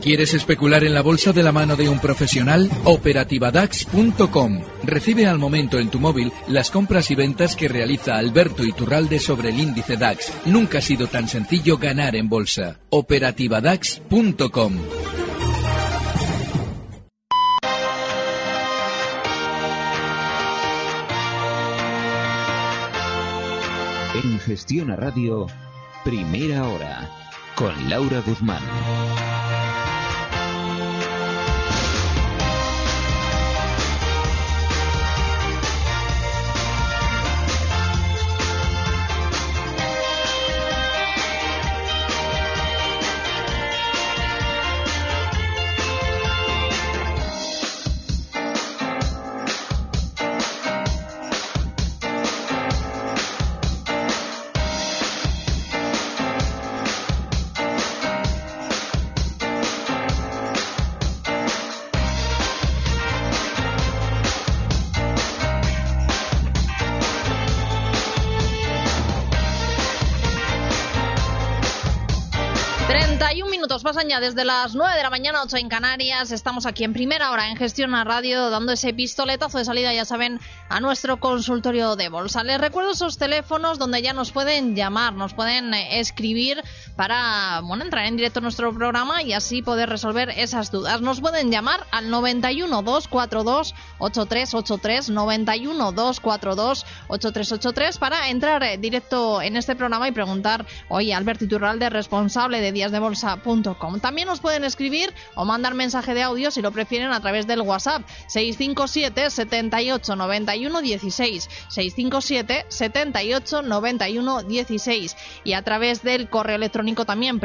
¿Quieres especular en la bolsa de la mano de un profesional? Operativadax.com. Recibe al momento en tu móvil las compras y ventas que realiza Alberto Iturralde sobre el índice DAX. Nunca ha sido tan sencillo ganar en bolsa. Operativadax.com. En Gestión a Radio, Primera Hora, con Laura Guzmán. Pasan ya desde las 9 de la mañana, 8 en Canarias. Estamos aquí en Primera Hora en Gestión a Radio, dando ese pistoletazo de salida, ya saben, a nuestro consultorio de bolsa. Les recuerdo esos teléfonos donde ya nos pueden llamar, nos pueden escribir para, entrar en directo en nuestro programa y así poder resolver esas dudas. Nos pueden llamar al 91 242 8383, 91 242 8383 para entrar directo en este programa y preguntar, oye, Alberto Iturralde, responsable de díasdebolsa.com. También nos pueden escribir o mandar mensaje de audio si lo prefieren a través del WhatsApp 657 78 91 16, 657 78 91 16 y a través del correo electrónico también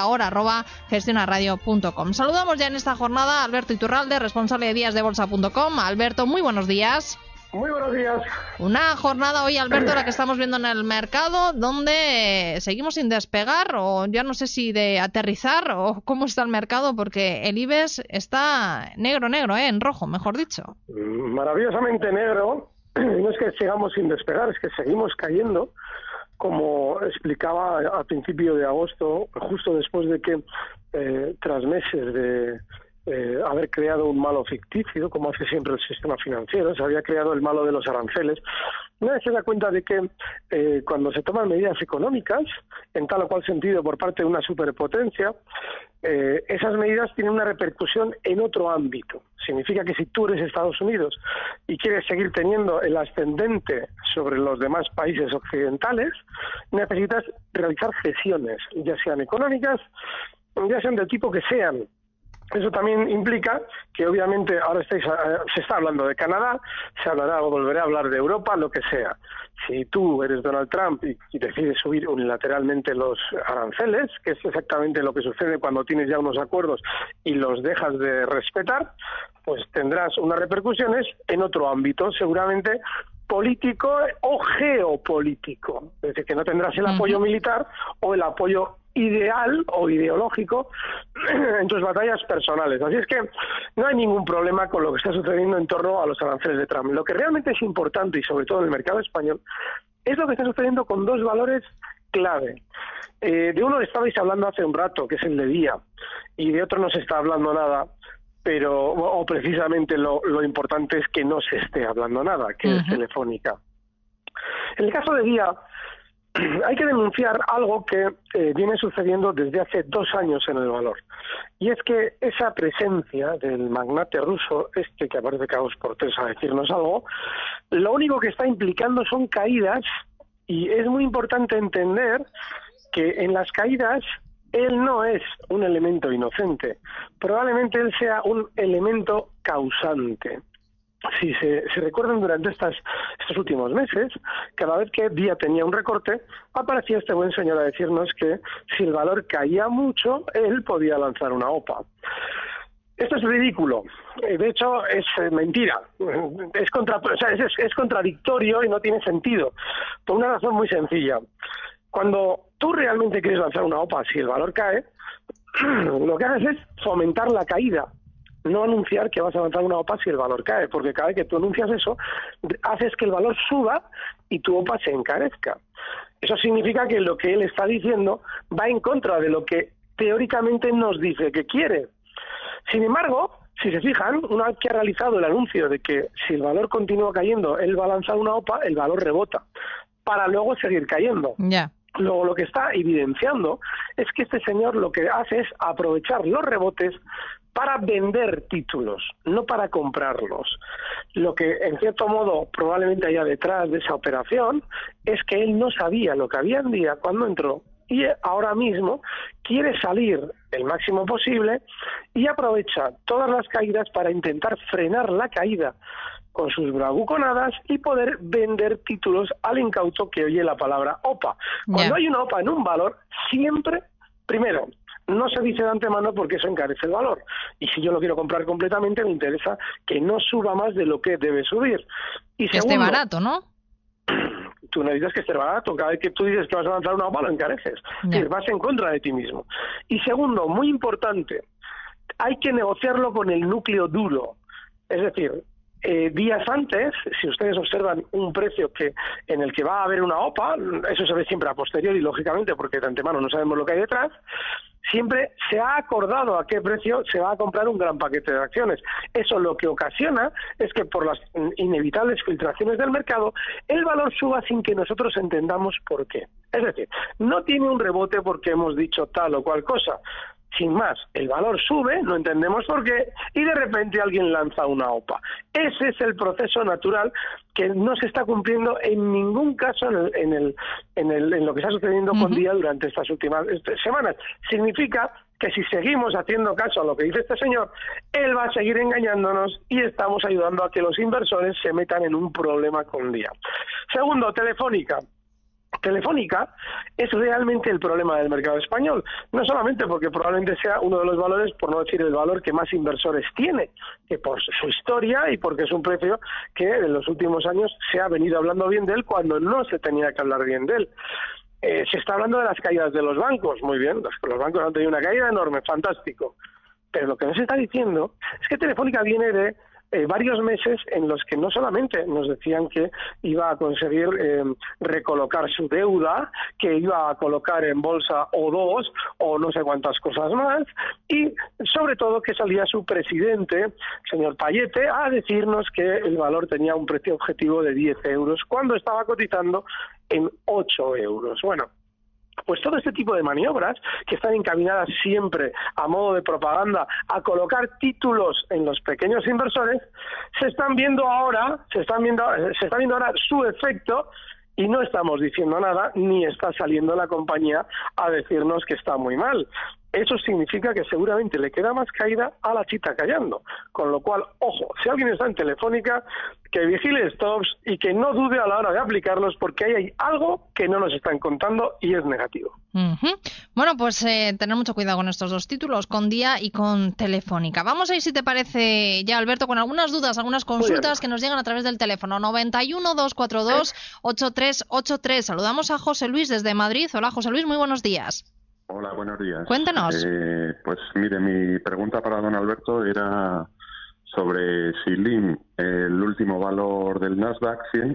primerahora@gestionaradio.com. Saludamos ya en esta jornada a Alberto Iturralde, responsable de díasdebolsa.com. Alberto, muy buenos días. Muy buenos días. Una jornada hoy, Alberto, la que estamos viendo en el mercado, donde seguimos sin despegar, o ya no sé si de aterrizar, o cómo está el mercado, porque el IBEX está negro, en rojo, mejor dicho. Maravillosamente negro. No es que sigamos sin despegar, es que seguimos cayendo, como explicaba a principio de agosto, justo después de que, tras meses de haber creado un malo ficticio, como hace siempre el sistema financiero, se había creado el malo de los aranceles. Nadie se da cuenta de que cuando se toman medidas económicas, en tal o cual sentido por parte de una superpotencia, esas medidas tienen una repercusión en otro ámbito. Significa que si tú eres Estados Unidos y quieres seguir teniendo el ascendente sobre los demás países occidentales, necesitas realizar cesiones, ya sean económicas, ya sean del tipo que sean. Eso también implica que obviamente ahora se está hablando de Canadá, se hablará o volverá a hablar de Europa, lo que sea. Si tú eres Donald Trump y decides subir unilateralmente los aranceles, que es exactamente lo que sucede cuando tienes ya unos acuerdos y los dejas de respetar, pues tendrás unas repercusiones en otro ámbito, seguramente político o geopolítico. Es decir, que no tendrás el apoyo militar o el apoyo ideal o ideológico en tus batallas personales. Así es que no hay ningún problema con lo que está sucediendo en torno a los aranceles de Trump. Lo que realmente es importante, y sobre todo en el mercado español, es lo que está sucediendo con dos valores clave. De uno estabais hablando hace un rato, que es el de Día, y de otro no se está hablando nada, o precisamente lo importante es que no se esté hablando nada, que es Telefónica. En el caso de Día, hay que denunciar algo que viene sucediendo desde hace 2 años en el valor. Y es que esa presencia del magnate ruso, que aparece cada 2 por 3 a decirnos algo, lo único que está implicando son caídas, y es muy importante entender que en las caídas él no es un elemento inocente, probablemente él sea un elemento causante. Si se recuerdan durante estos últimos meses, cada vez que Día tenía un recorte, aparecía este buen señor a decirnos que si el valor caía mucho, él podía lanzar una OPA. Esto es ridículo. De hecho, es mentira. Es contradictorio y no tiene sentido. Por una razón muy sencilla. Cuando tú realmente quieres lanzar una OPA, si el valor cae, lo que haces es fomentar la caída. No anunciar que vas a lanzar una OPA si el valor cae, porque cada vez que tú anuncias eso, haces que el valor suba y tu OPA se encarezca. Eso significa que lo que él está diciendo va en contra de lo que teóricamente nos dice que quiere. Sin embargo, si se fijan, una vez que ha realizado el anuncio de que si el valor continúa cayendo, él va a lanzar una OPA, el valor rebota, para luego seguir cayendo. Ya. Luego lo que está evidenciando es que este señor lo que hace es aprovechar los rebotes para vender títulos, no para comprarlos. Lo que, en cierto modo, probablemente haya detrás de esa operación es que él no sabía lo que había en día cuando entró y ahora mismo quiere salir el máximo posible y aprovecha todas las caídas para intentar frenar la caída con sus bravuconadas y poder vender títulos al incauto que oye la palabra OPA. Cuando hay una OPA en un valor, siempre, primero, no se dice de antemano porque eso encarece el valor. Y si yo lo quiero comprar completamente, me interesa que no suba más de lo que debe subir. Y que segundo, esté barato, ¿no? Tú necesitas que esté barato. Cada vez que tú dices que vas a lanzar una OPA, lo encareces. Es decir, vas en contra de ti mismo. Y segundo, muy importante, hay que negociarlo con el núcleo duro. Es decir, días antes, si ustedes observan un precio en el que va a haber una OPA, eso se ve siempre a posteriori, lógicamente, porque de antemano no sabemos lo que hay detrás, siempre se ha acordado a qué precio se va a comprar un gran paquete de acciones. Eso lo que ocasiona es que por las inevitables filtraciones del mercado, el valor suba sin que nosotros entendamos por qué. Es decir, no tiene un rebote porque hemos dicho tal o cual cosa. Sin más, el valor sube, no entendemos por qué, y de repente alguien lanza una OPA. Ese es el proceso natural que no se está cumpliendo en ningún caso en lo que está sucediendo con Día durante estas últimas semanas. Significa que si seguimos haciendo caso a lo que dice este señor, él va a seguir engañándonos y estamos ayudando a que los inversores se metan en un problema con Día. Segundo, Telefónica. Telefónica es realmente el problema del mercado español, no solamente porque probablemente sea uno de los valores, por no decir el valor que más inversores tiene, que por su historia y porque es un precio que en los últimos años se ha venido hablando bien de él cuando no se tenía que hablar bien de él. Se está hablando de las caídas de los bancos, muy bien, los bancos han tenido una caída enorme, fantástico, pero lo que no se está diciendo es que Telefónica viene de varios meses en los que no solamente nos decían que iba a conseguir recolocar su deuda, que iba a colocar en bolsa O2 o no sé cuántas cosas más, y sobre todo que salía su presidente, señor Payete, a decirnos que el valor tenía un precio objetivo de 10 euros cuando estaba cotizando en 8 euros. Bueno, pues todo este tipo de maniobras que están encaminadas siempre a modo de propaganda a colocar títulos en los pequeños inversores se está viendo ahora su efecto y no estamos diciendo nada ni está saliendo la compañía a decirnos que está muy mal. Eso significa que seguramente le queda más caída a la chita callando. Con lo cual, ojo, si alguien está en Telefónica, que vigile stops y que no dude a la hora de aplicarlos porque ahí hay algo que no nos están contando y es negativo. Bueno, pues tener mucho cuidado con estos dos títulos, con Día y con Telefónica. Vamos a ir, si te parece, ya, Alberto, con algunas dudas, algunas consultas que nos llegan a través del teléfono 91-242-8383. Saludamos a José Luis desde Madrid. Hola, José Luis, muy buenos días. Hola, buenos días. Cuéntanos. Pues mire, mi pregunta para don Alberto era sobre Silin, el último valor del Nasdaq 100.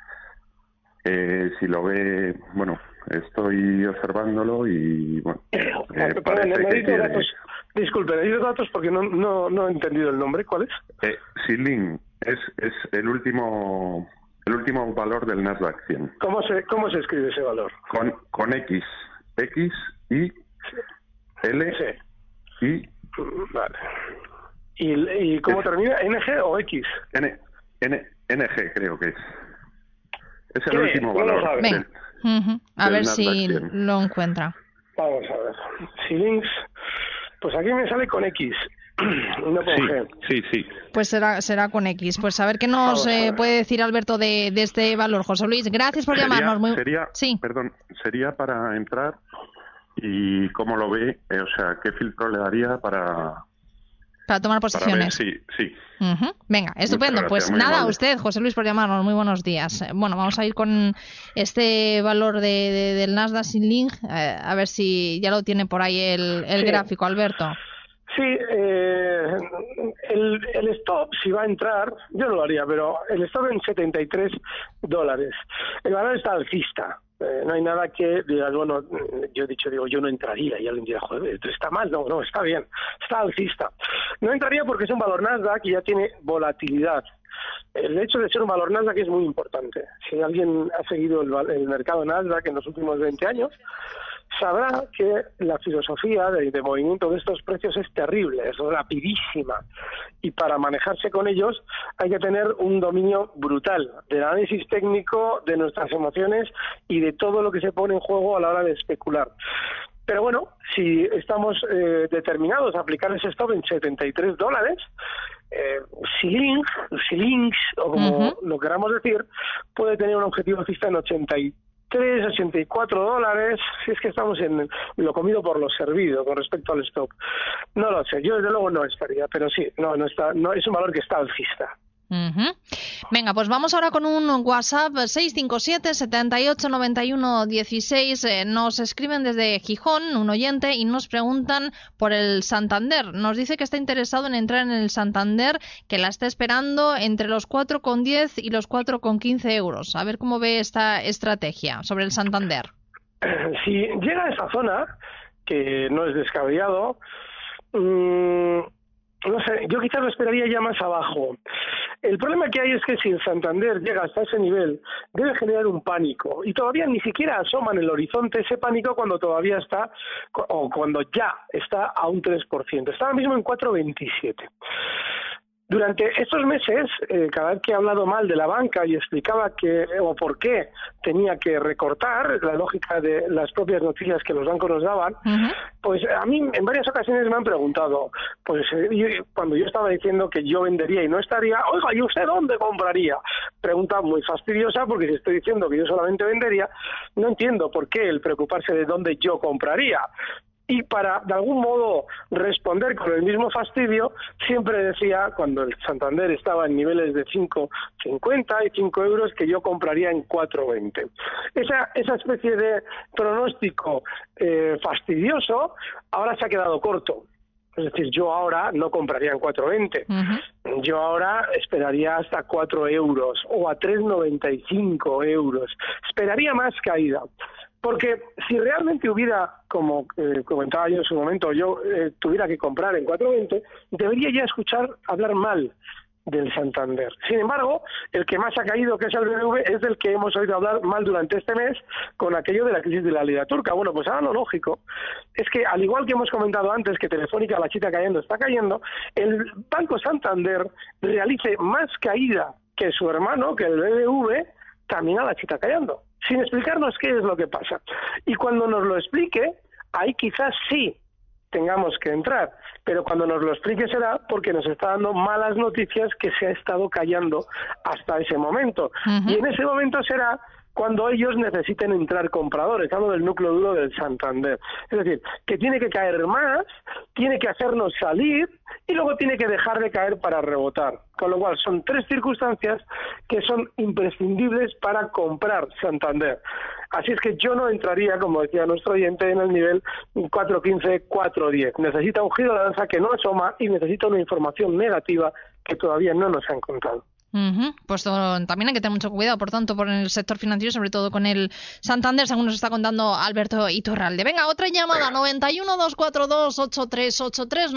Si lo ve, bueno, estoy observándolo y bueno. Necesito datos. Disculpe, necesito datos porque no he entendido el nombre. ¿Cuál es? Silin es el último valor del Nasdaq 100. ¿Cómo se escribe ese valor? Con X. X, I, L, sí. I. Vale. ¿Y cómo termina? ¿NG o X? NG creo que es. Es el último valor. Venga. A ver si lo encuentra. Vamos a ver. Silins, pues aquí me sale con X. No con G. Sí. Pues será con X. Pues a ver qué nos puede decir Alberto de este valor. José Luis, gracias por llamarnos. Sería para entrar y cómo lo ve, o sea, qué filtro le daría para tomar posiciones. Para ver, sí. Venga, estupendo. Pues nada, a usted, José Luis, por llamarnos. Muy buenos días. Bueno, vamos a ir con este valor del Nasdaq Silin, a ver si ya lo tiene por ahí el gráfico, Alberto. Sí, el stop, si va a entrar, yo no lo haría, pero el stop en $73. El valor está alcista. No hay nada que digas, bueno, yo he dicho, yo no entraría, y alguien dirá, joder, esto está mal. No, está bien, está alcista. No entraría porque es un valor Nasdaq y ya tiene volatilidad. El hecho de ser un valor Nasdaq es muy importante. Si alguien ha seguido el mercado Nasdaq en los últimos 20 años, sabrá que la filosofía de movimiento de estos precios es terrible, es rapidísima, y para manejarse con ellos hay que tener un dominio brutal del análisis técnico, de nuestras emociones y de todo lo que se pone en juego a la hora de especular. Pero bueno, si estamos determinados a aplicar ese stop en $73, Xilinx, o como lo queramos decir, puede tener un objetivo alcista en $84, si es que estamos en lo comido por lo servido con respecto al stop. No lo sé, yo desde luego no estaría, pero sí, no es un valor que está alcista. Venga, pues vamos ahora con un WhatsApp 657 78 91 16. Nos escriben desde Gijón, un oyente, y nos preguntan por el Santander. Nos dice que está interesado en entrar en el Santander, que la está esperando entre los 4,10 y los 4,15 euros. A ver cómo ve esta estrategia sobre el Santander. Si llega a esa zona, que no es descabellado, no sé, yo quizás lo esperaría ya más abajo. El problema que hay es que si el Santander llega hasta ese nivel, debe generar un pánico. Y todavía ni siquiera asoma en el horizonte ese pánico cuando todavía está, o cuando ya está a un 3%. Está ahora mismo en 4,27. Durante estos meses, cada vez que he hablado mal de la banca y explicaba o por qué tenía que recortar, la lógica de las propias noticias que los bancos nos daban, pues a mí en varias ocasiones me han preguntado, pues cuando yo estaba diciendo que yo vendería y no estaría, oiga, ¿y usted dónde compraría? Pregunta muy fastidiosa, porque si estoy diciendo que yo solamente vendería, no entiendo por qué el preocuparse de dónde yo compraría. Y para, de algún modo, responder con el mismo fastidio, siempre decía, cuando el Santander estaba en niveles de 5,50 y 5 euros, que yo compraría en 4,20. Esa especie de pronóstico fastidioso ahora se ha quedado corto. Es decir, yo ahora no compraría en 4,20. Yo ahora esperaría hasta 4 euros o a 3,95 euros. Esperaría más caída. Porque si realmente hubiera, como comentaba yo en su momento, yo tuviera que comprar en 4,20, debería ya escuchar hablar mal del Santander. Sin embargo, el que más ha caído, que es el BBV, es del que hemos oído hablar mal durante este mes con aquello de la crisis de la lira turca. Bueno, pues ahora lo lógico es que, al igual que hemos comentado antes, que Telefónica, la chita cayendo, está cayendo, el Banco Santander realice más caída que su hermano, que el BBV, también a la chita cayendo, sin explicarnos qué es lo que pasa. Y cuando nos lo explique, ahí quizás sí tengamos que entrar, pero cuando nos lo explique será porque nos está dando malas noticias que se ha estado callando hasta ese momento. Y en ese momento será cuando ellos necesiten entrar compradores. Hablo del núcleo duro del Santander. Es decir, que tiene que caer más, tiene que hacernos salir y luego tiene que dejar de caer para rebotar. Con lo cual son tres circunstancias que son imprescindibles para comprar Santander. Así es que yo no entraría, como decía nuestro oyente, en el nivel 4.15, 4.10. Necesita un giro de lanza que no asoma y necesita una información negativa que todavía no nos han contado. Pues también hay que tener mucho cuidado, por tanto, por el sector financiero, sobre todo con el Santander, según nos está contando Alberto Iturralde. Venga, otra llamada, 91-242-8383,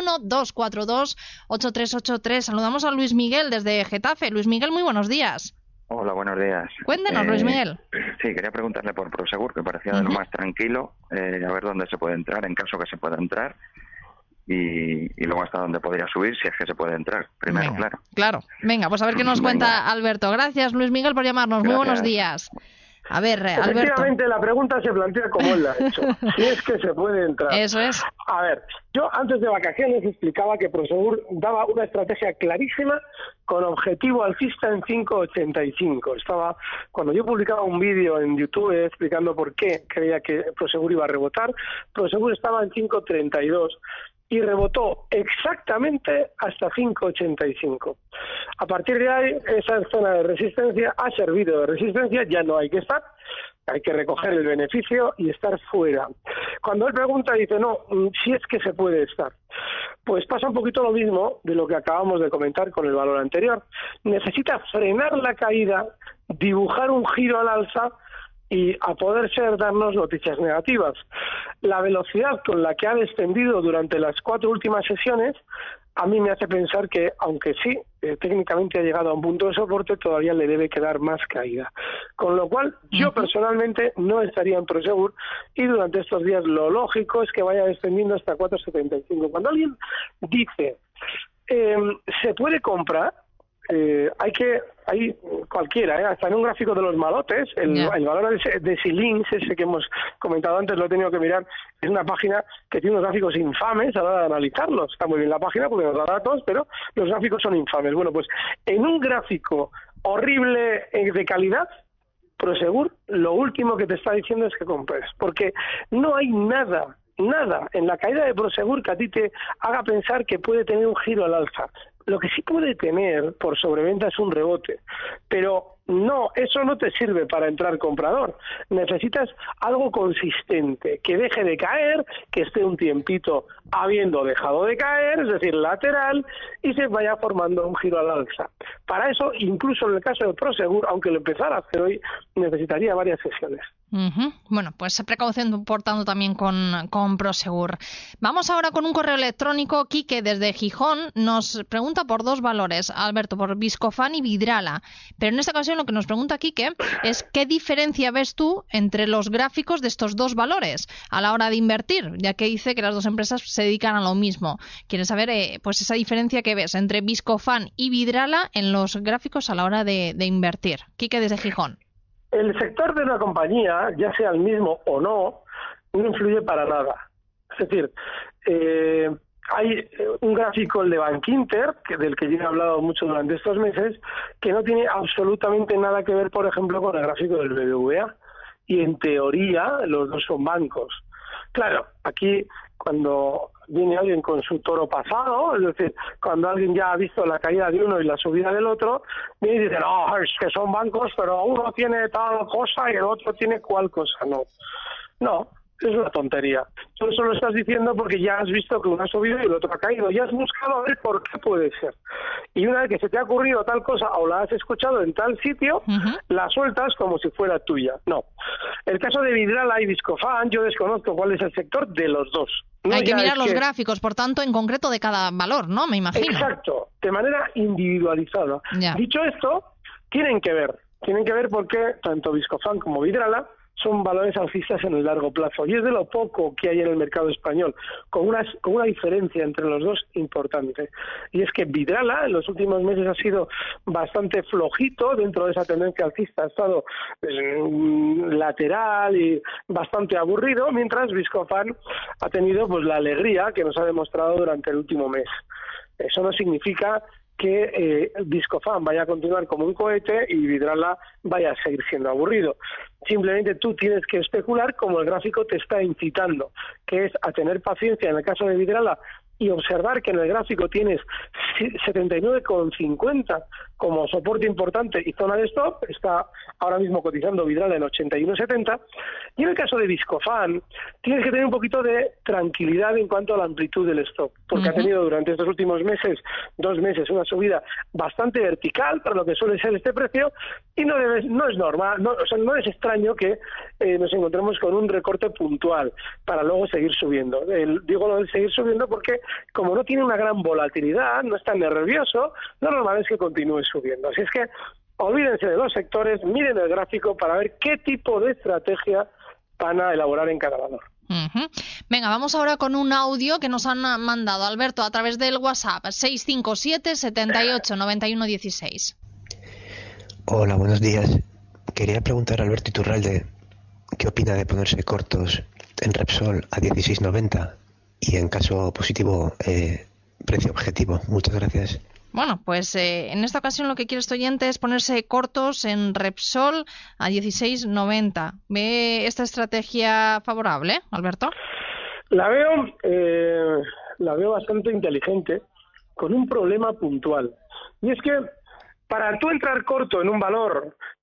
91-242-8383. Saludamos a Luis Miguel desde Getafe. Luis Miguel, muy buenos días. Hola, buenos días. Cuéntenos, Luis Miguel. Sí, quería preguntarle por Prosegur, que parecía de lo más tranquilo, a ver dónde se puede entrar, en caso que se pueda entrar. Y luego hasta dónde podría subir, si es que se puede entrar. Primero, venga, claro. Venga, pues a ver qué nos cuenta Alberto. Gracias, Luis Miguel, por llamarnos. Gracias. Muy buenos días. A ver, Alberto. Efectivamente, la pregunta se plantea como él la ha hecho. Si es que se puede entrar. Eso es. A ver, yo antes de vacaciones explicaba que Prosegur daba una estrategia clarísima con objetivo alcista en 5,85. Cuando yo publicaba un vídeo en YouTube explicando por qué creía que Prosegur iba a rebotar, Prosegur estaba en 5,32. Y rebotó exactamente hasta 5,85. A partir de ahí, esa zona de resistencia ha servido de resistencia, ya no hay que estar, hay que recoger el beneficio y estar fuera. Cuando él pregunta, dice, no, si es que se puede estar. Pues pasa un poquito lo mismo de lo que acabamos de comentar con el valor anterior. Necesita frenar la caída, dibujar un giro al alza y a poder ser darnos noticias negativas. La velocidad con la que ha descendido durante las 4 últimas sesiones a mí me hace pensar que, aunque sí, técnicamente ha llegado a un punto de soporte, todavía le debe quedar más caída. Con lo cual, yo personalmente no estaría en Prosegur y durante estos días lo lógico es que vaya descendiendo hasta 4,75. Cuando alguien dice, se puede comprar, hay cualquiera, hasta en un gráfico de los malotes, el valor de Silins, ese que hemos comentado antes, lo he tenido que mirar, es una página que tiene unos gráficos infames a la hora de analizarlos. Está muy bien la página porque nos da datos, pero los gráficos son infames. Bueno, pues en un gráfico horrible de calidad, Prosegur, lo último que te está diciendo es que compres, porque no hay nada en la caída de Prosegur que a ti te haga pensar que puede tener un giro al alza. Lo que sí puede tener por sobreventa es un rebote, pero no, eso no te sirve para entrar comprador. Necesitas algo consistente, que deje de caer, que esté un tiempito habiendo dejado de caer, es decir, lateral, y se vaya formando un giro al alza. Para eso, incluso en el caso de Prosegur, aunque lo empezara a hacer hoy, necesitaría varias sesiones. Bueno, pues precaución por tanto también con Prosegur. Vamos ahora con un correo electrónico. Quique desde Gijón nos pregunta por 2 valores, Alberto, por Viscofan y Vidrala. Pero en esta ocasión lo que nos pregunta Quique es ¿qué diferencia ves tú entre los gráficos de estos 2 valores a la hora de invertir? Ya que dice que las 2 empresas se dedican a lo mismo. Quiere saber pues esa diferencia que ves entre Viscofan y Vidrala en los gráficos a la hora de invertir. Quique desde Gijón. El sector de una compañía, ya sea el mismo o no influye para nada. Es decir, hay un gráfico, el de Bankinter, del que yo he hablado mucho durante estos meses, que no tiene absolutamente nada que ver, por ejemplo, con el gráfico del BBVA. Y en teoría, los dos son bancos. Claro, aquí cuando viene alguien con su toro pasado, es decir, cuando alguien ya ha visto la caída de uno y la subida del otro, viene y dice, no, es que son bancos, pero uno tiene tal cosa y el otro tiene cual cosa. No, es una tontería. Tú eso lo estás diciendo porque ya has visto que uno ha subido y el otro ha caído. Ya has buscado a ver por qué puede ser. Y una vez que se te ha ocurrido tal cosa o la has escuchado en tal sitio, la sueltas como si fuera tuya. No. El caso de Vidrala y Viscofan, yo desconozco cuál es el sector de los dos. No, hay que mirar los gráficos, por tanto, en concreto de cada valor, ¿no? Me imagino. Exacto, de manera individualizada. Ya. Dicho esto, tienen que ver porque tanto Viscofan como Vidrala son valores alcistas en el largo plazo y es de lo poco que hay en el mercado español, con una diferencia entre los dos importante, y es que Vidrala en los últimos meses ha sido bastante flojito dentro de esa tendencia alcista, ha estado lateral y bastante aburrido, mientras Viscofan ha tenido pues la alegría que nos ha demostrado durante el último mes. Eso no significa que Viscofan vaya a continuar como un cohete y Vidrala vaya a seguir siendo aburrido. Simplemente tú tienes que especular como el gráfico te está incitando, que es a tener paciencia en el caso de Vidrala y observar que en el gráfico tienes 79,50 como soporte importante y zona de stop, está ahora mismo cotizando Vidrala en 81,70, y en el caso de Viscofan tienes que tener un poquito de tranquilidad en cuanto a la amplitud del stop, porque ha tenido durante estos últimos meses, 2 meses, una subida bastante vertical para lo que suele ser este precio, y no es normal, no es extraño que nos encontremos con un recorte puntual para luego seguir subiendo. Digo lo de seguir subiendo porque como no tiene una gran volatilidad, no es tan nervioso, lo normal es que continúe subiendo. Así es que olvídense de los sectores, miren el gráfico para ver qué tipo de estrategia van a elaborar en cada valor. Venga, vamos ahora con un audio que nos han mandado, Alberto, a través del WhatsApp 657 78 91 16. Hola, buenos días. Quería preguntar a Alberto Iturralde qué opina de ponerse cortos en Repsol a 16,90 y en caso positivo precio objetivo. Muchas gracias. Bueno, pues en esta ocasión lo que quiere este oyente es ponerse cortos en Repsol a 16,90. ¿Ve esta estrategia favorable, Alberto? La veo bastante inteligente, con un problema puntual. Y es que para tú entrar corto en un valor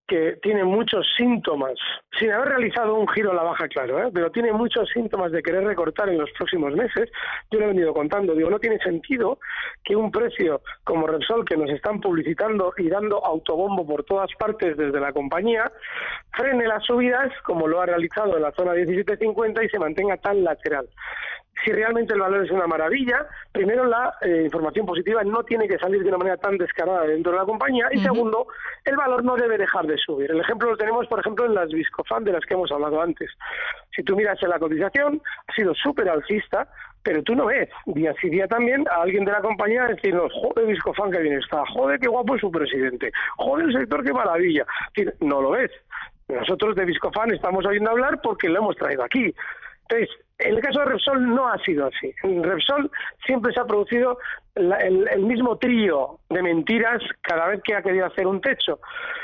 que tiene muchos síntomas, sin haber realizado un giro a la baja, claro, pero tiene muchos síntomas de querer recortar en los próximos meses. Yo lo he venido contando, digo, no tiene sentido que un precio como Repsol, que nos están publicitando y dando autobombo por todas partes desde la compañía, frene las subidas, como lo ha realizado en la zona 17.50, y se mantenga tan lateral. Si realmente el valor es una maravilla, primero la información positiva no tiene que salir de una manera tan descarada dentro de la compañía, y segundo, el valor no debe dejar de subir. El ejemplo lo tenemos, por ejemplo, en las Viscofan, de las que hemos hablado antes. Si tú miras en la cotización, ha sido súper alcista, pero tú no ves día sí día también a alguien de la compañía decirnos, joder, Viscofan, que bien está, joder, qué guapo es su presidente, joder, el sector, qué maravilla. No lo ves. Nosotros de Viscofan estamos oyendo hablar porque lo hemos traído aquí. Entonces, en el caso de Repsol no ha sido así. En Repsol siempre se ha producido el mismo trío de mentiras cada vez que ha querido hacer un techo.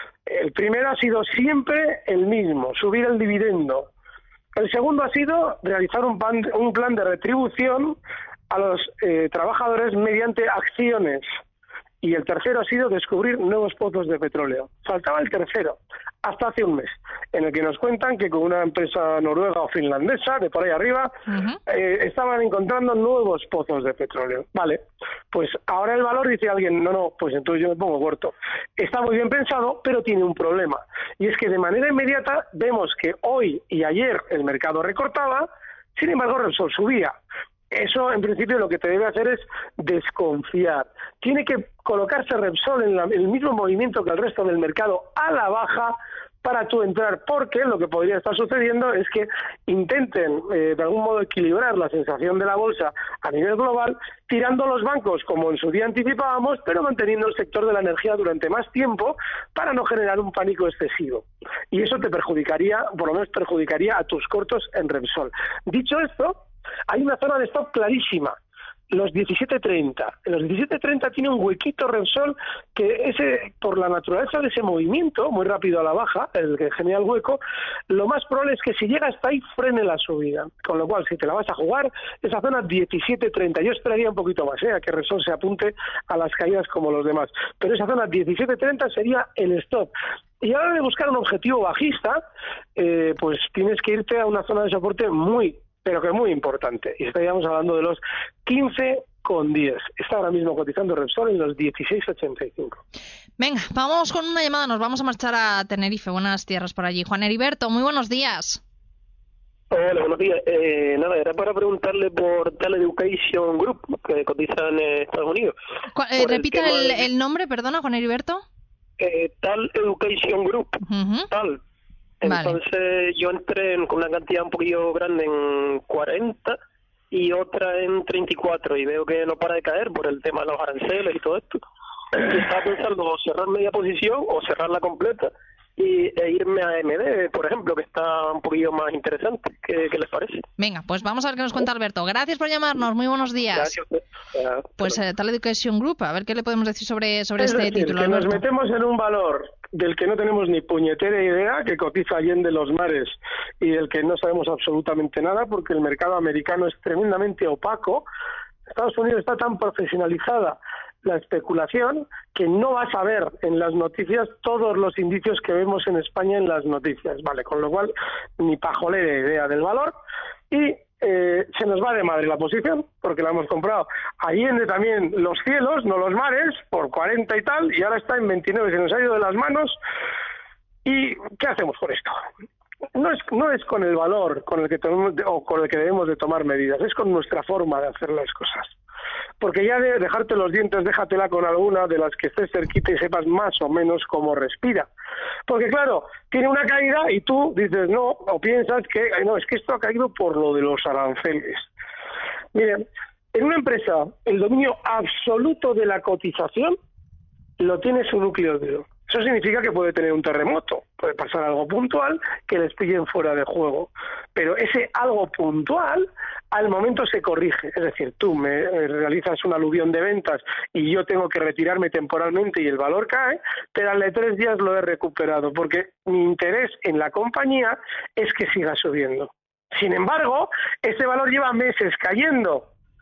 El primero ha sido siempre el mismo, subir el dividendo. El segundo ha sido realizar un plan de retribución a los trabajadores mediante acciones. Y el tercero ha sido descubrir nuevos pozos de petróleo. Faltaba el tercero, hasta hace un mes, en el que nos cuentan que con una empresa noruega o finlandesa, de por ahí arriba, estaban encontrando nuevos pozos de petróleo. Vale, pues ahora el valor, dice alguien, no, pues entonces yo me pongo corto. Está muy bien pensado, pero tiene un problema. Y es que de manera inmediata vemos que hoy y ayer el mercado recortaba, sin embargo Repsol subía. Eso, en principio, lo que te debe hacer es desconfiar. Tiene que colocarse Repsol en el mismo movimiento que el resto del mercado a la baja para tú entrar, porque lo que podría estar sucediendo es que intenten de algún modo equilibrar la sensación de la bolsa a nivel global, tirando los bancos como en su día anticipábamos, pero manteniendo el sector de la energía durante más tiempo para no generar un pánico excesivo. Y eso te perjudicaría, por lo menos perjudicaría a tus cortos en Repsol. Dicho esto, hay una zona de stop clarísima, los 17.30. Los 17.30 tiene un huequito Repsol que ese, por la naturaleza de ese movimiento, muy rápido a la baja, el que genera el hueco, lo más probable es que si llega hasta ahí frene la subida. Con lo cual, si te la vas a jugar, esa zona 17.30. Yo esperaría un poquito más, a que Repsol se apunte a las caídas como los demás. Pero esa zona 17.30 sería el stop. Y a la hora de buscar un objetivo bajista, pues tienes que irte a una zona de soporte pero que muy importante. Y estaríamos hablando de los 15,10. Está ahora mismo cotizando Repsol en los 16,85. Venga, vamos con una llamada. Nos vamos a marchar a Tenerife. Buenas tierras por allí. Juan Heriberto, muy buenos días. Hola, buenos días. Era para preguntarle por Tal Education Group, que cotiza en Estados Unidos. Repita el nombre, perdona, Juan Heriberto. Tal Education Group. Tal. Entonces vale. Yo entré con una cantidad un poquillo grande en 40 y otra en 34 y veo que no para de caer por el tema de los aranceles y todo esto. Y estaba pensando cerrar media posición o cerrarla completa e irme a AMD, por ejemplo, que está un poquillo más interesante. ¿Qué les parece? Venga, pues vamos a ver qué nos cuenta Alberto. Gracias por llamarnos, muy buenos días. Gracias. Pues Tal Education Group, a ver qué le podemos decir sobre este título, que Alberto. Nos metemos en un valor del que no tenemos ni puñetera idea, que cotiza allende los mares y del que no sabemos absolutamente nada, porque el mercado americano es tremendamente opaco. Estados Unidos está tan profesionalizada la especulación que no vas a ver en las noticias todos los indicios que vemos en España en las noticias, vale, con lo cual ni pajolera idea del valor y se nos va de madre la posición porque la hemos comprado allende también los cielos, no los mares, por 40 y tal, y ahora está en 29, se nos ha ido de las manos. ¿Y qué hacemos con esto? No es con el valor con el que debemos de tomar medidas, es con nuestra forma de hacer las cosas. Porque ya de dejarte los dientes, déjatela con alguna de las que estés cerquita y sepas más o menos cómo respira. Porque claro, tiene una caída y tú dices no, o piensas que no, es que esto ha caído por lo de los aranceles. Miren, en una empresa, el dominio absoluto de la cotización lo tiene su núcleo duro. Eso significa que puede tener un terremoto, puede pasar algo puntual que les pillen fuera de juego. Pero ese algo puntual al momento se corrige. Es decir, tú me realizas una aluvión de ventas y yo tengo que retirarme temporalmente y el valor cae, pero al de 3 días lo he recuperado, porque mi interés en la compañía es que siga subiendo. Sin embargo, ese valor lleva meses cayendo.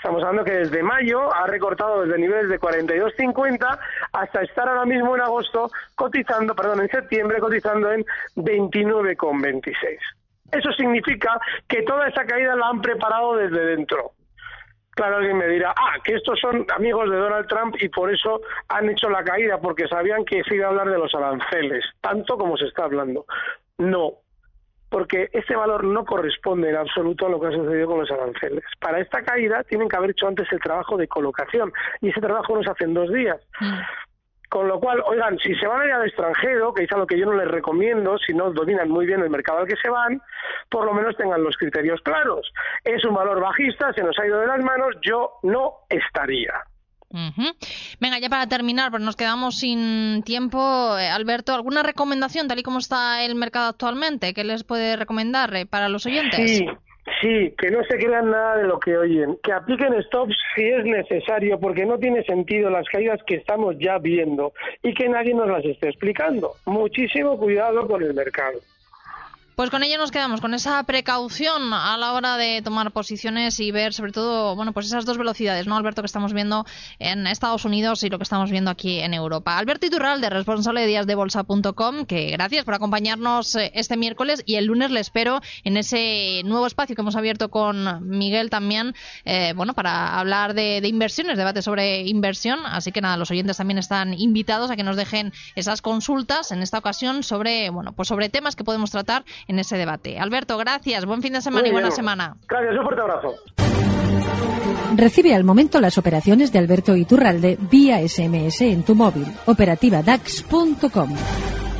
Estamos hablando que desde mayo ha recortado desde niveles de 42,50 hasta estar ahora mismo en en septiembre cotizando en 29,26. Eso significa que toda esa caída la han preparado desde dentro. Claro, alguien me dirá, que estos son amigos de Donald Trump y por eso han hecho la caída, porque sabían que se iba a hablar de los aranceles, tanto como se está hablando. No, porque este valor no corresponde en absoluto a lo que ha sucedido con los aranceles. Para esta caída tienen que haber hecho antes el trabajo de colocación, y ese trabajo no se hace en 2 días. Con lo cual, oigan, si se van a ir al extranjero, que es algo que yo no les recomiendo, si no dominan muy bien el mercado al que se van, por lo menos tengan los criterios claros. Es un valor bajista, se nos ha ido de las manos, yo no estaría. Venga, ya para terminar, pues nos quedamos sin tiempo. Alberto, ¿alguna recomendación tal y como está el mercado actualmente? ¿Qué les puede recomendar para los oyentes? Sí, que no se crean nada de lo que oyen, que apliquen stops si es necesario, porque no tiene sentido las caídas que estamos ya viendo y que nadie nos las esté explicando. Muchísimo cuidado con el mercado. Pues con ello nos quedamos, con esa precaución a la hora de tomar posiciones y ver sobre todo, pues esas 2 velocidades, ¿no, Alberto?, que estamos viendo en Estados Unidos y lo que estamos viendo aquí en Europa. Alberto Iturralde, responsable de díasdebolsa.com, que gracias por acompañarnos este miércoles, y el lunes le espero en ese nuevo espacio que hemos abierto con Miguel también, para hablar de inversiones, debate sobre inversión. Así que nada, los oyentes también están invitados a que nos dejen esas consultas en esta ocasión sobre temas que podemos tratar en ese debate. Alberto, gracias, buen fin de semana y buena semana. Gracias, un fuerte abrazo. Recibe al momento las operaciones de Alberto Iturralde vía SMS en tu móvil. Operativa DAX.com.